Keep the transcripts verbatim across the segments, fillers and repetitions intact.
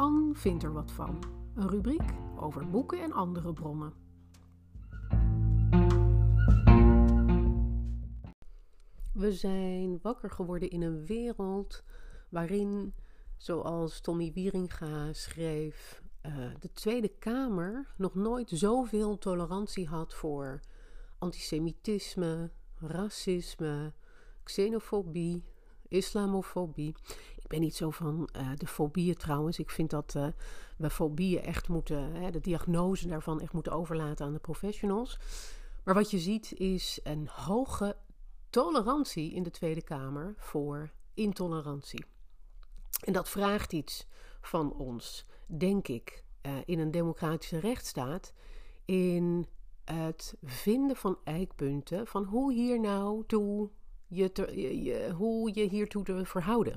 Ann vindt er wat van. Een rubriek over boeken en andere bronnen. We zijn wakker geworden in een wereld waarin, zoals Tommy Wieringa schreef, uh, de Tweede Kamer nog nooit zoveel tolerantie had voor antisemitisme, racisme, xenofobie, islamofobie. Ik ben niet zo van uh, de fobieën trouwens. Ik vind dat uh, we fobieën echt moeten, hè, de diagnose daarvan echt moeten overlaten aan de professionals. Maar wat je ziet is een hoge tolerantie in de Tweede Kamer voor intolerantie. En dat vraagt iets van ons, denk ik, uh, in een democratische rechtsstaat, in het vinden van eikpunten van hoe hier nou toe je, te, je, je hoe je hiertoe te verhouden.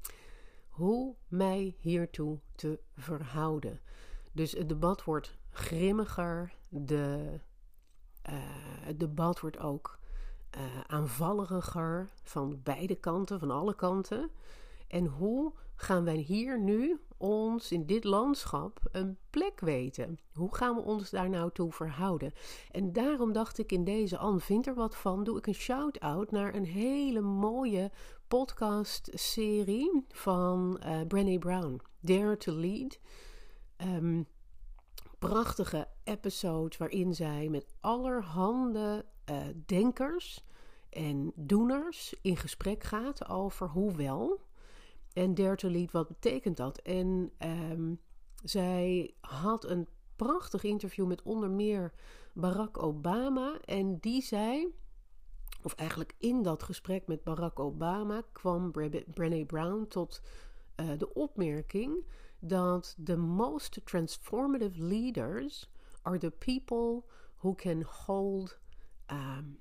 Hoe mij hiertoe te verhouden. Dus het debat wordt grimmiger, de, uh, het debat wordt ook uh, aanvalleriger van beide kanten, van alle kanten. En hoe gaan wij hier nu ons in dit landschap een plek weten? Hoe gaan we ons daar nou toe verhouden? En daarom dacht ik in deze Ann vindt er wat van, doe ik een shout-out naar een hele mooie podcastserie van uh, Brené Brown, Dare to Lead. Um, prachtige episode waarin zij met allerhande uh, denkers en doeners in gesprek gaat over hoe wel. En Dare to Lead, wat betekent dat? En um, zij had een prachtig interview met onder meer Barack Obama. En die zei, of eigenlijk in dat gesprek met Barack Obama kwam Bre- Brené Brown tot uh, de opmerking dat the most transformative leaders are the people who can hold um,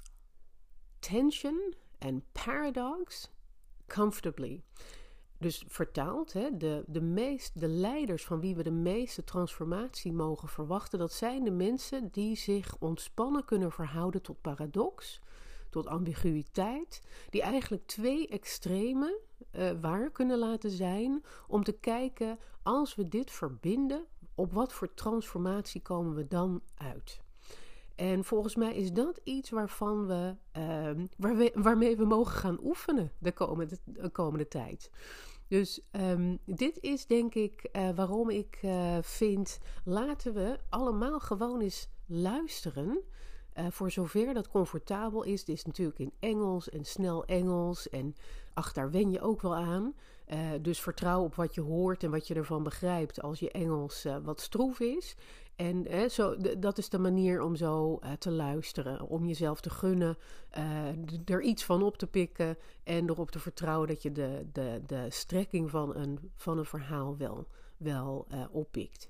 tension and paradox comfortably. Dus vertaald, hè, de, de, meest, de leiders van wie we de meeste transformatie mogen verwachten, dat zijn de mensen die zich ontspannen kunnen verhouden tot paradox, tot ambiguïteit, die eigenlijk twee extremen uh, waar kunnen laten zijn om te kijken, als we dit verbinden, op wat voor transformatie komen we dan uit? En volgens mij is dat iets waarvan we, uh, waar we, waarmee we mogen gaan oefenen de komende, de komende tijd. Dus um, dit is denk ik uh, waarom ik uh, vind, laten we allemaal gewoon eens luisteren. Uh, voor zover dat comfortabel is. Het is natuurlijk in Engels en snel Engels. En ach, daar wen je ook wel aan. Uh, dus vertrouw op wat je hoort en wat je ervan begrijpt als je Engels uh, wat stroef is. En eh, zo, d- dat is de manier om zo uh, te luisteren. Om jezelf te gunnen, uh, d- er iets van op te pikken en erop te vertrouwen dat je de, de, de strekking van een, van een verhaal wel, wel uh, oppikt.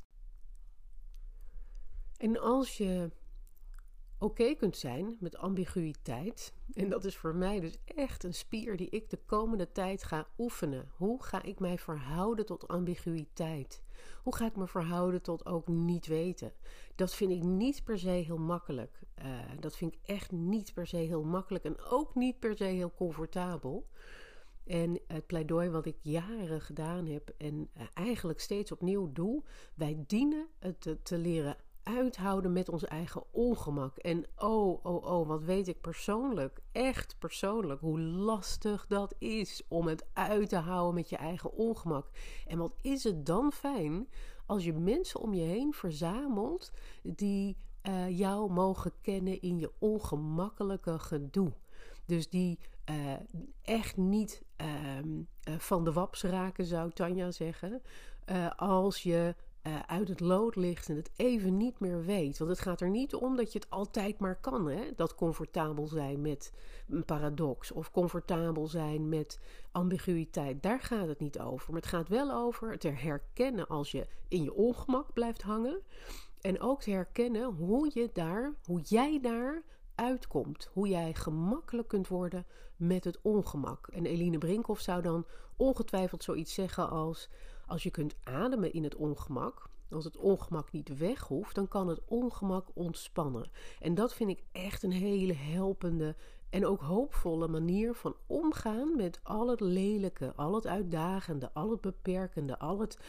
En als je oké okay kunt zijn met ambiguïteit, en dat is voor mij dus echt een spier die ik de komende tijd ga oefenen. Hoe ga ik mij verhouden tot ambiguïteit? Hoe ga ik me verhouden tot ook niet weten? Dat vind ik niet per se heel makkelijk. Uh, dat vind ik echt niet per se heel makkelijk en ook niet per se heel comfortabel. En het pleidooi wat ik jaren gedaan heb en uh, eigenlijk steeds opnieuw doe, wij dienen het te, te leren uithouden met ons eigen ongemak. En oh, oh, oh, wat weet ik persoonlijk, echt persoonlijk, hoe lastig dat is om het uit te houden met je eigen ongemak. En wat is het dan fijn als je mensen om je heen verzamelt die uh, jou mogen kennen in je ongemakkelijke gedoe. Dus die uh, echt niet uh, uh, van de waps raken, zou Tanja zeggen, uh, als je Uh, uit het lood ligt en het even niet meer weet. Want het gaat er niet om dat je het altijd maar kan. Hè? Dat comfortabel zijn met een paradox. Of comfortabel zijn met ambiguïteit. Daar gaat het niet over. Maar het gaat wel over het herkennen als je in je ongemak blijft hangen. En ook te herkennen hoe je daar, hoe jij daar uitkomt. Hoe jij gemakkelijk kunt worden met het ongemak. En Eline Brinkhoff zou dan ongetwijfeld zoiets zeggen als: als je kunt ademen in het ongemak, als het ongemak niet weg hoeft, dan kan het ongemak ontspannen. En dat vind ik echt een hele helpende en ook hoopvolle manier van omgaan met al het lelijke, al het uitdagende, al het beperkende, al het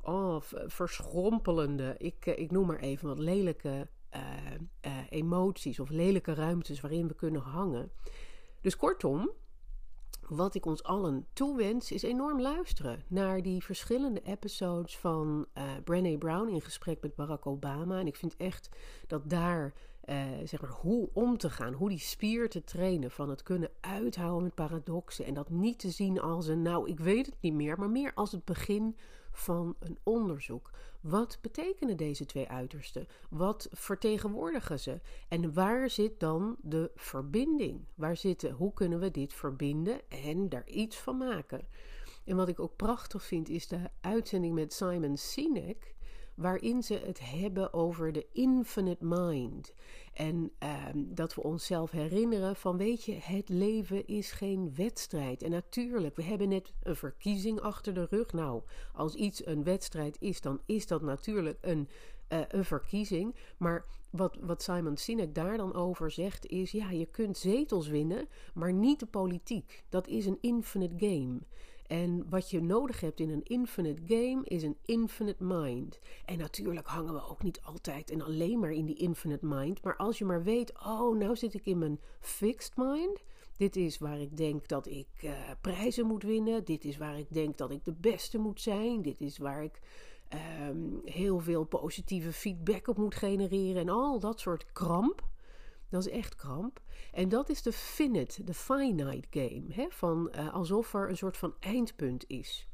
oh, verschrompelende, ik, ik noem maar even wat lelijke uh, uh, emoties of lelijke ruimtes waarin we kunnen hangen. Dus kortom, wat ik ons allen toewens is enorm luisteren naar die verschillende episodes van uh, Brené Brown in gesprek met Barack Obama. En ik vind echt dat daar, uh, zeg maar, hoe om te gaan, hoe die spier te trainen van het kunnen uithouden met paradoxen en dat niet te zien als een, nou, ik weet het niet meer, maar meer als het begin van een onderzoek. Wat betekenen deze twee uitersten? Wat vertegenwoordigen ze? En waar zit dan de verbinding? Waar zitten, hoe kunnen we dit verbinden en daar iets van maken? En wat ik ook prachtig vind is de uitzending met Simon Sinek, waarin ze het hebben over de infinite mind. En uh, dat we onszelf herinneren van, weet je, het leven is geen wedstrijd. En natuurlijk, we hebben net een verkiezing achter de rug. Nou, als iets een wedstrijd is, dan is dat natuurlijk een, uh, een verkiezing. Maar wat, wat Simon Sinek daar dan over zegt is, ja, je kunt zetels winnen, maar niet de politiek. Dat is een infinite game. En wat je nodig hebt in een infinite game is een infinite mind. En natuurlijk hangen we ook niet altijd en alleen maar in die infinite mind. Maar als je maar weet, oh, nou zit ik in mijn fixed mind. Dit is waar ik denk dat ik uh, prijzen moet winnen. Dit is waar ik denk dat ik de beste moet zijn. Dit is waar ik um, heel veel positieve feedback op moet genereren. En al dat soort kramp. Dat is echt kramp. En dat is de finite, de finite game. Hè? Van, uh, alsof er een soort van eindpunt is.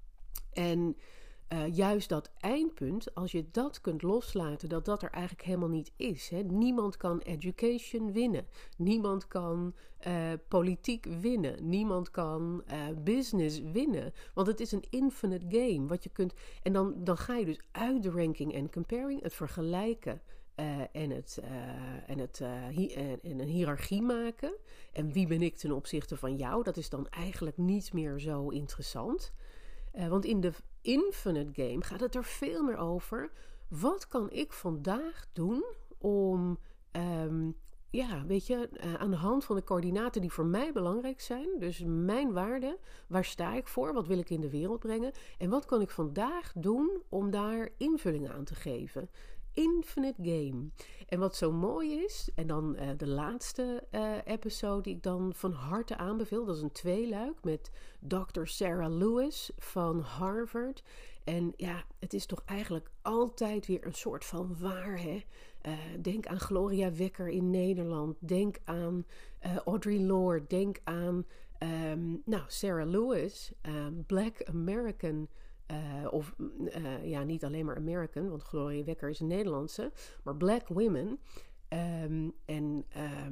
En uh, juist dat eindpunt, als je dat kunt loslaten, dat dat er eigenlijk helemaal niet is. Hè? Niemand kan education winnen. Niemand kan uh, politiek winnen. Niemand kan uh, business winnen. Want het is een infinite game. Wat je kunt, en dan, dan ga je dus uit de ranking en comparing, het vergelijken. Uh, en, het, uh, en, het, uh, hi- en, en een hiërarchie maken. En wie ben ik ten opzichte van jou? Dat is dan eigenlijk niet meer zo interessant. Uh, want in de infinite game gaat het er veel meer over. Wat kan ik vandaag doen om, um, ja, weet je, uh, aan de hand van de coördinaten die voor mij belangrijk zijn. Dus mijn waarden, waar sta ik voor? Wat wil ik in de wereld brengen? En wat kan ik vandaag doen om daar invulling aan te geven? Infinite game. En wat zo mooi is, en dan uh, de laatste uh, episode die ik dan van harte aanbeveel, dat is een tweeluik met dokter Sarah Lewis van Harvard. En ja, het is toch eigenlijk altijd weer een soort van waar, hè? Uh, denk aan Gloria Wekker in Nederland, denk aan uh, Audre Lorde, denk aan um, nou, Sarah Lewis, um, Black American. Uh, of uh, ja, niet alleen maar American, want Gloria Wekker is een Nederlandse, maar Black women. Um, en, uh,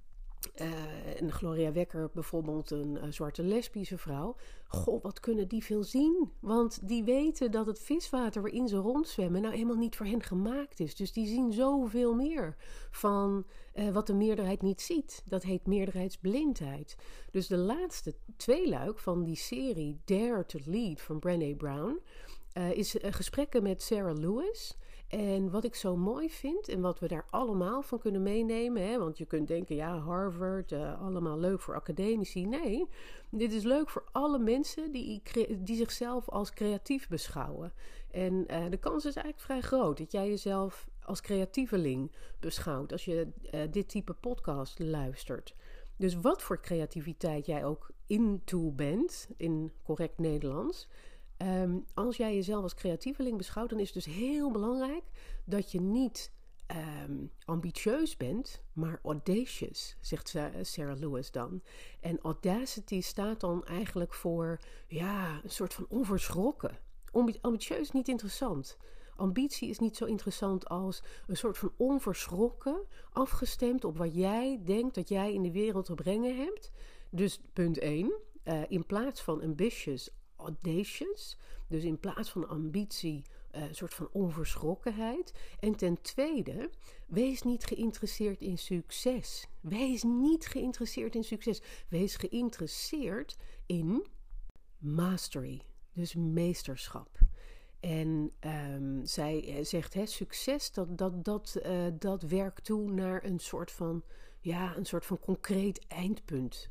uh, en Gloria Wekker bijvoorbeeld een uh, zwarte lesbische vrouw. Goh, wat kunnen die veel zien? Want die weten dat het viswater waarin ze rondzwemmen nou helemaal niet voor hen gemaakt is. Dus die zien zoveel meer van uh, wat de meerderheid niet ziet. Dat heet meerderheidsblindheid. Dus de laatste tweeluik van die serie Dare to Lead van Brené Brown uh, is uh, gesprekken met Sarah Lewis. En wat ik zo mooi vind en wat we daar allemaal van kunnen meenemen, hè, want je kunt denken, ja, Harvard, uh, allemaal leuk voor academici. Nee, dit is leuk voor alle mensen die, die zichzelf als creatief beschouwen. En uh, de kans is eigenlijk vrij groot dat jij jezelf als creatieveling beschouwt als je uh, dit type podcast luistert. Dus wat voor creativiteit jij ook into bent, in correct Nederlands. Um, als jij jezelf als creatieveling beschouwt, dan is het dus heel belangrijk dat je niet um, ambitieus bent, maar audacious, zegt Sarah Lewis dan. En audacity staat dan eigenlijk voor, ja, een soort van onverschrokken. Ambitieus is niet interessant. Ambitie is niet zo interessant als een soort van onverschrokken, afgestemd op wat jij denkt dat jij in de wereld te brengen hebt. Dus punt één, uh, in plaats van ambitious, audacious. Dus in plaats van ambitie, uh, een soort van onverschrokkenheid. En ten tweede, wees niet geïnteresseerd in succes. Wees niet geïnteresseerd in succes. Wees geïnteresseerd in mastery, dus meesterschap. En um, zij zegt, hè, succes, dat, dat, dat, uh, dat werkt toe naar een soort van, ja, een soort van concreet eindpunt.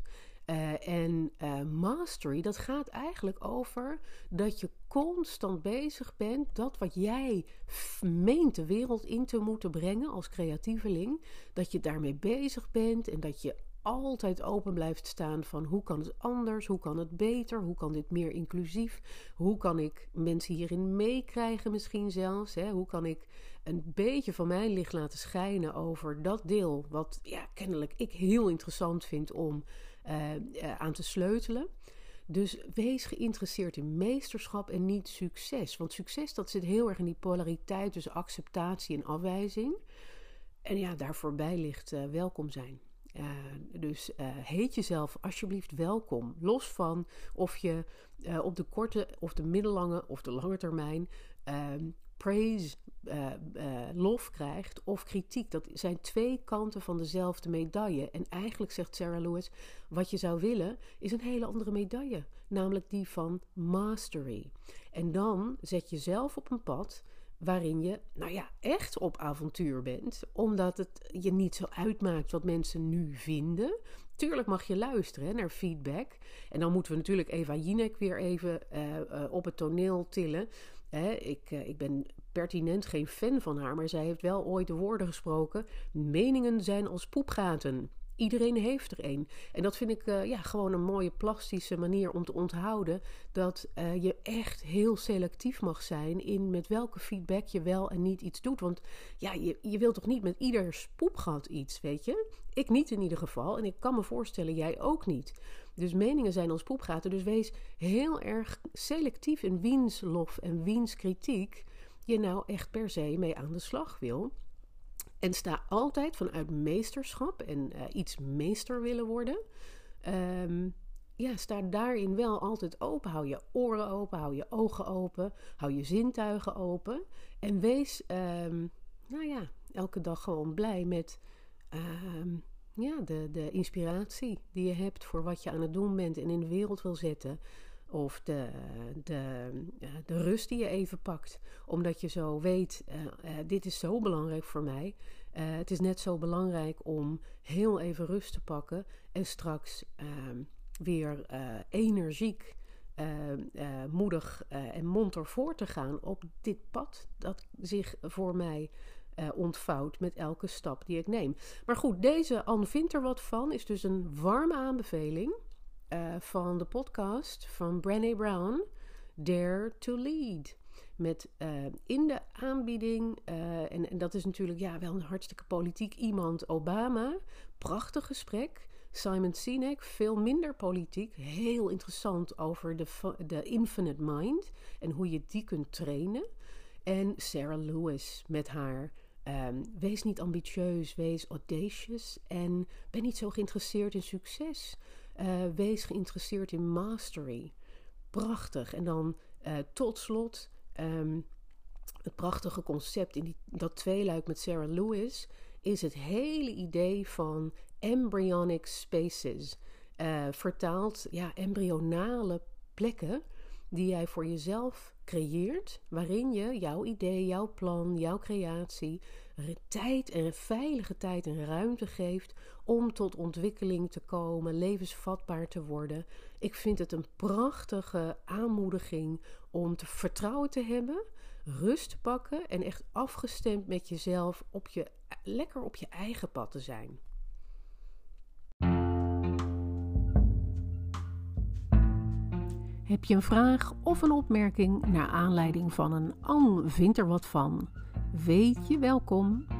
Uh, en uh, mastery, dat gaat eigenlijk over dat je constant bezig bent, dat wat jij f- meent de wereld in te moeten brengen als creatieveling, dat je daarmee bezig bent en dat je altijd open blijft staan van hoe kan het anders, hoe kan het beter, hoe kan dit meer inclusief, hoe kan ik mensen hierin meekrijgen misschien zelfs, hè? Hoe kan ik een beetje van mijn licht laten schijnen over dat deel wat ja, kennelijk ik heel interessant vind om uh, uh, aan te sleutelen. Dus wees geïnteresseerd in meesterschap en niet succes. Want succes, dat zit heel erg in die polariteit tussen acceptatie en afwijzing. En ja, daar voorbij ligt uh, welkom zijn. Uh, dus uh, heet jezelf alsjeblieft welkom. Los van of je uh, op de korte of de middellange of de lange termijn uh, praise, uh, uh, lof krijgt of kritiek. Dat zijn twee kanten van dezelfde medaille. En eigenlijk zegt Sarah Lewis, wat je zou willen is een hele andere medaille. Namelijk die van mastery. En dan zet je zelf op een pad waarin je, nou ja, echt op avontuur bent. Omdat het je niet zo uitmaakt wat mensen nu vinden. Tuurlijk mag je luisteren hè, naar feedback. En dan moeten we natuurlijk Eva Jinek weer even uh, uh, op het toneel tillen. Hè, ik, uh, ik ben pertinent geen fan van haar, maar zij heeft wel ooit de woorden gesproken. Meningen zijn als poepgaten. Iedereen heeft er een. En dat vind ik uh, ja, gewoon een mooie plastische manier om te onthouden dat uh, je echt heel selectief mag zijn in met welke feedback je wel en niet iets doet. Want ja, je, je wilt toch niet met ieders poepgat iets, weet je? Ik niet in ieder geval. En ik kan me voorstellen, jij ook niet. Dus meningen zijn als poepgaten. Dus wees heel erg selectief in wiens lof en wiens kritiek je nou echt per se mee aan de slag wil. En sta altijd vanuit meesterschap en uh, iets meester willen worden. Um, ja, sta daarin wel altijd open. Hou je oren open, hou je ogen open, hou je zintuigen open. En wees, um, nou ja, elke dag gewoon blij met um, ja, de, de inspiratie die je hebt voor wat je aan het doen bent en in de wereld wil zetten. Of de, de, de rust die je even pakt. Omdat je zo weet, uh, uh, dit is zo belangrijk voor mij. Uh, het is net zo belangrijk om heel even rust te pakken. En straks uh, weer uh, energiek, uh, uh, moedig uh, en monter voor te gaan op dit pad dat zich voor mij uh, ontvouwt met elke stap die ik neem. Maar goed, deze Anne vindt er wat van. Is dus een warme aanbeveling. Uh, van de podcast van Brené Brown, Dare to Lead. Met uh, in de aanbieding, uh, en, en dat is natuurlijk ja, wel een hartstikke politiek iemand, Obama. Prachtig gesprek. Simon Sinek, veel minder politiek. Heel interessant over de, de infinite mind en hoe je die kunt trainen. En Sarah Lewis met haar Um, wees niet ambitieus, wees audacious en ben niet zo geïnteresseerd in succes. Uh, wees geïnteresseerd in mastery. Prachtig. En dan uh, tot slot um, het prachtige concept in die, dat tweeluik met Sarah Lewis is het hele idee van embryonic spaces. Uh, vertaald, ja, embryonale plekken die jij voor jezelf creëert, waarin je jouw idee, jouw plan, jouw creatie tijd en veilige tijd en ruimte geeft om tot ontwikkeling te komen, levensvatbaar te worden. Ik vind het een prachtige aanmoediging om te vertrouwen te hebben, rust te pakken en echt afgestemd met jezelf op je, lekker op je eigen pad te zijn. Heb je een vraag of een opmerking naar aanleiding van een Anne vindt er wat van? Weet je welkom.